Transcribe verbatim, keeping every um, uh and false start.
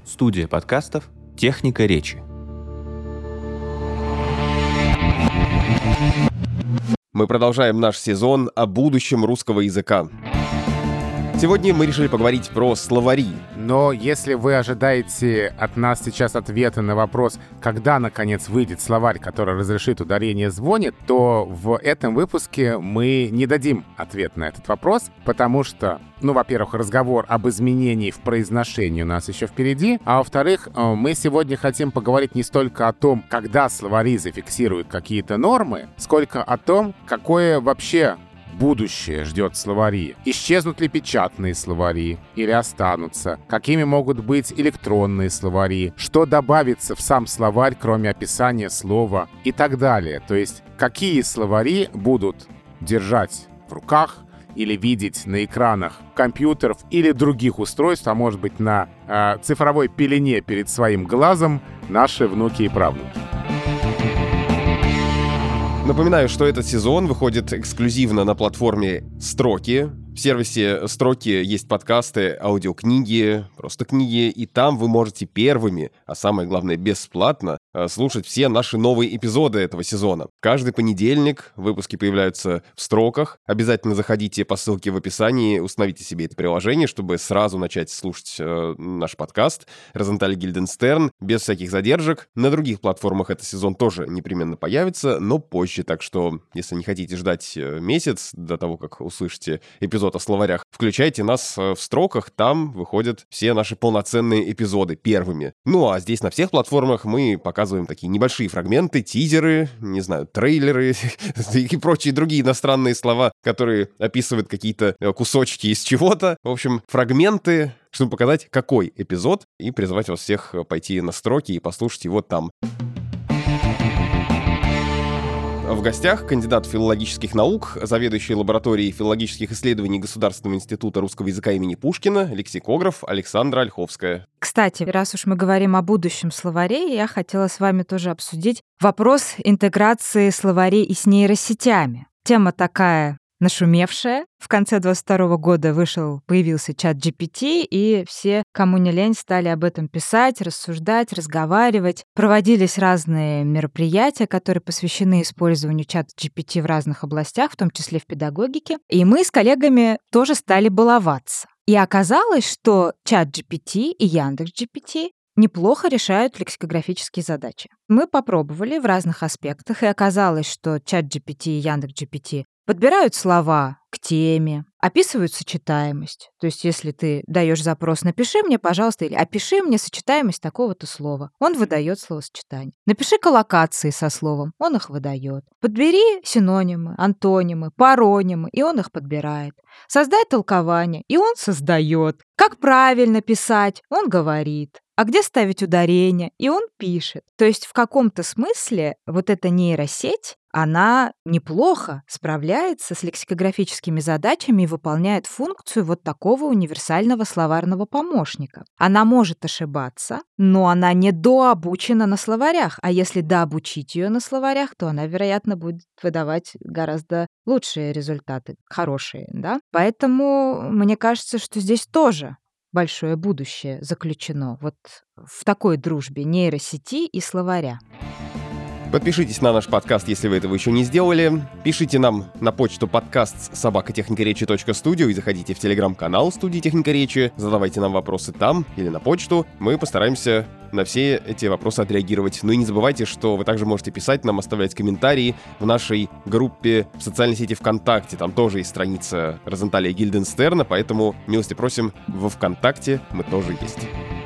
Студия подкастов «Техника речи». Мы продолжаем наш сезон о будущем русского языка. Сегодня мы решили поговорить про словари. Но если вы ожидаете от нас сейчас ответа на вопрос, когда, наконец, выйдет словарь, который разрешит ударение «звонит», то в этом выпуске мы не дадим ответ на этот вопрос, потому что, ну, во-первых, разговор об изменении в произношении у нас еще впереди, а во-вторых, мы сегодня хотим поговорить не столько о том, когда словари зафиксируют какие-то нормы, сколько о том, какое вообще будущее ждет словари. Исчезнут ли печатные словари или останутся? Какими могут быть электронные словари? Что добавится в сам словарь, кроме описания слова? И так далее. То есть, какие словари будут держать в руках или видеть на экранах компьютеров или других устройств, а может быть на э, цифровой пелене перед своим глазом наши внуки и правнуки. Напоминаю, что этот сезон выходит эксклюзивно на платформе «Строки». В сервисе «Строки» есть подкасты, аудиокниги, просто книги, и там вы можете первыми, а самое главное, бесплатно, слушать все наши новые эпизоды этого сезона. Каждый понедельник выпуски появляются в «Строках». Обязательно заходите по ссылке в описании, установите себе это приложение, чтобы сразу начать слушать э, наш подкаст «Розенталь Гильденстерн» без всяких задержек. На других платформах этот сезон тоже непременно появится, но позже, так что, если не хотите ждать месяц до того, как услышите эпизод о словарях, включайте нас в «Строках», там выходят все наши полноценные эпизоды первыми. Ну а здесь на всех платформах мы показываем такие небольшие фрагменты, тизеры, не знаю, трейлеры и прочие другие иностранные слова, которые описывают какие-то кусочки из чего-то. В общем, фрагменты, чтобы показать, какой эпизод, и призвать вас всех пойти на «Строки» и послушать его там. В гостях кандидат филологических наук, заведующий лабораторией филологических исследований Государственного института русского языка имени Пушкина, лексикограф Александра Ольховская. Кстати, раз уж мы говорим о будущем словаре, я хотела с вами тоже обсудить вопрос интеграции словарей и с нейросетями. Тема такая нашумевшая. В конце двадцать второго года вышел, появился чат джи пи ти, и все, кому не лень, стали об этом писать, рассуждать, разговаривать. Проводились разные мероприятия, которые посвящены использованию чата джи пи ти в разных областях, в том числе в педагогике. И мы с коллегами тоже стали баловаться. И оказалось, что чат джи пи ти и Яндекс джи пи ти неплохо решают лексикографические задачи. Мы попробовали в разных аспектах, и оказалось, что чат джи пи ти и Яндекс джи пи ти подбирают слова к теме, описывают сочетаемость. То есть, если ты даешь запрос «напиши мне, пожалуйста», или «опиши мне сочетаемость такого-то слова», он выдает словосочетание. «Напиши коллокации со словом», он их выдает. Подбери синонимы, антонимы, паронимы, и он их подбирает. Создай толкование, и он создает. Как правильно писать, он говорит. А где ставить ударение, и он пишет. То есть в каком-то смысле вот эта нейросеть, она неплохо справляется с лексикографическими задачами и выполняет функцию вот такого универсального словарного помощника. Она может ошибаться, но она не дообучена на словарях. А если дообучить ее на словарях, то она, вероятно, будет выдавать гораздо лучшие результаты, хорошие, да? Поэтому мне кажется, что здесь тоже большое будущее заключено вот в такой дружбе нейросети и словаря. Подпишитесь на наш подкаст, если вы этого еще не сделали. Пишите нам на почту подкаст собака техника речи точка студио и заходите в телеграм-канал студии Техника Речи. Задавайте нам вопросы там или на почту. Мы постараемся на все эти вопросы отреагировать. Ну и не забывайте, что вы также можете писать нам, оставлять комментарии в нашей группе в социальной сети ВКонтакте. Там тоже есть страница Розенталя Гильденстерна, поэтому милости просим, во ВКонтакте мы тоже есть.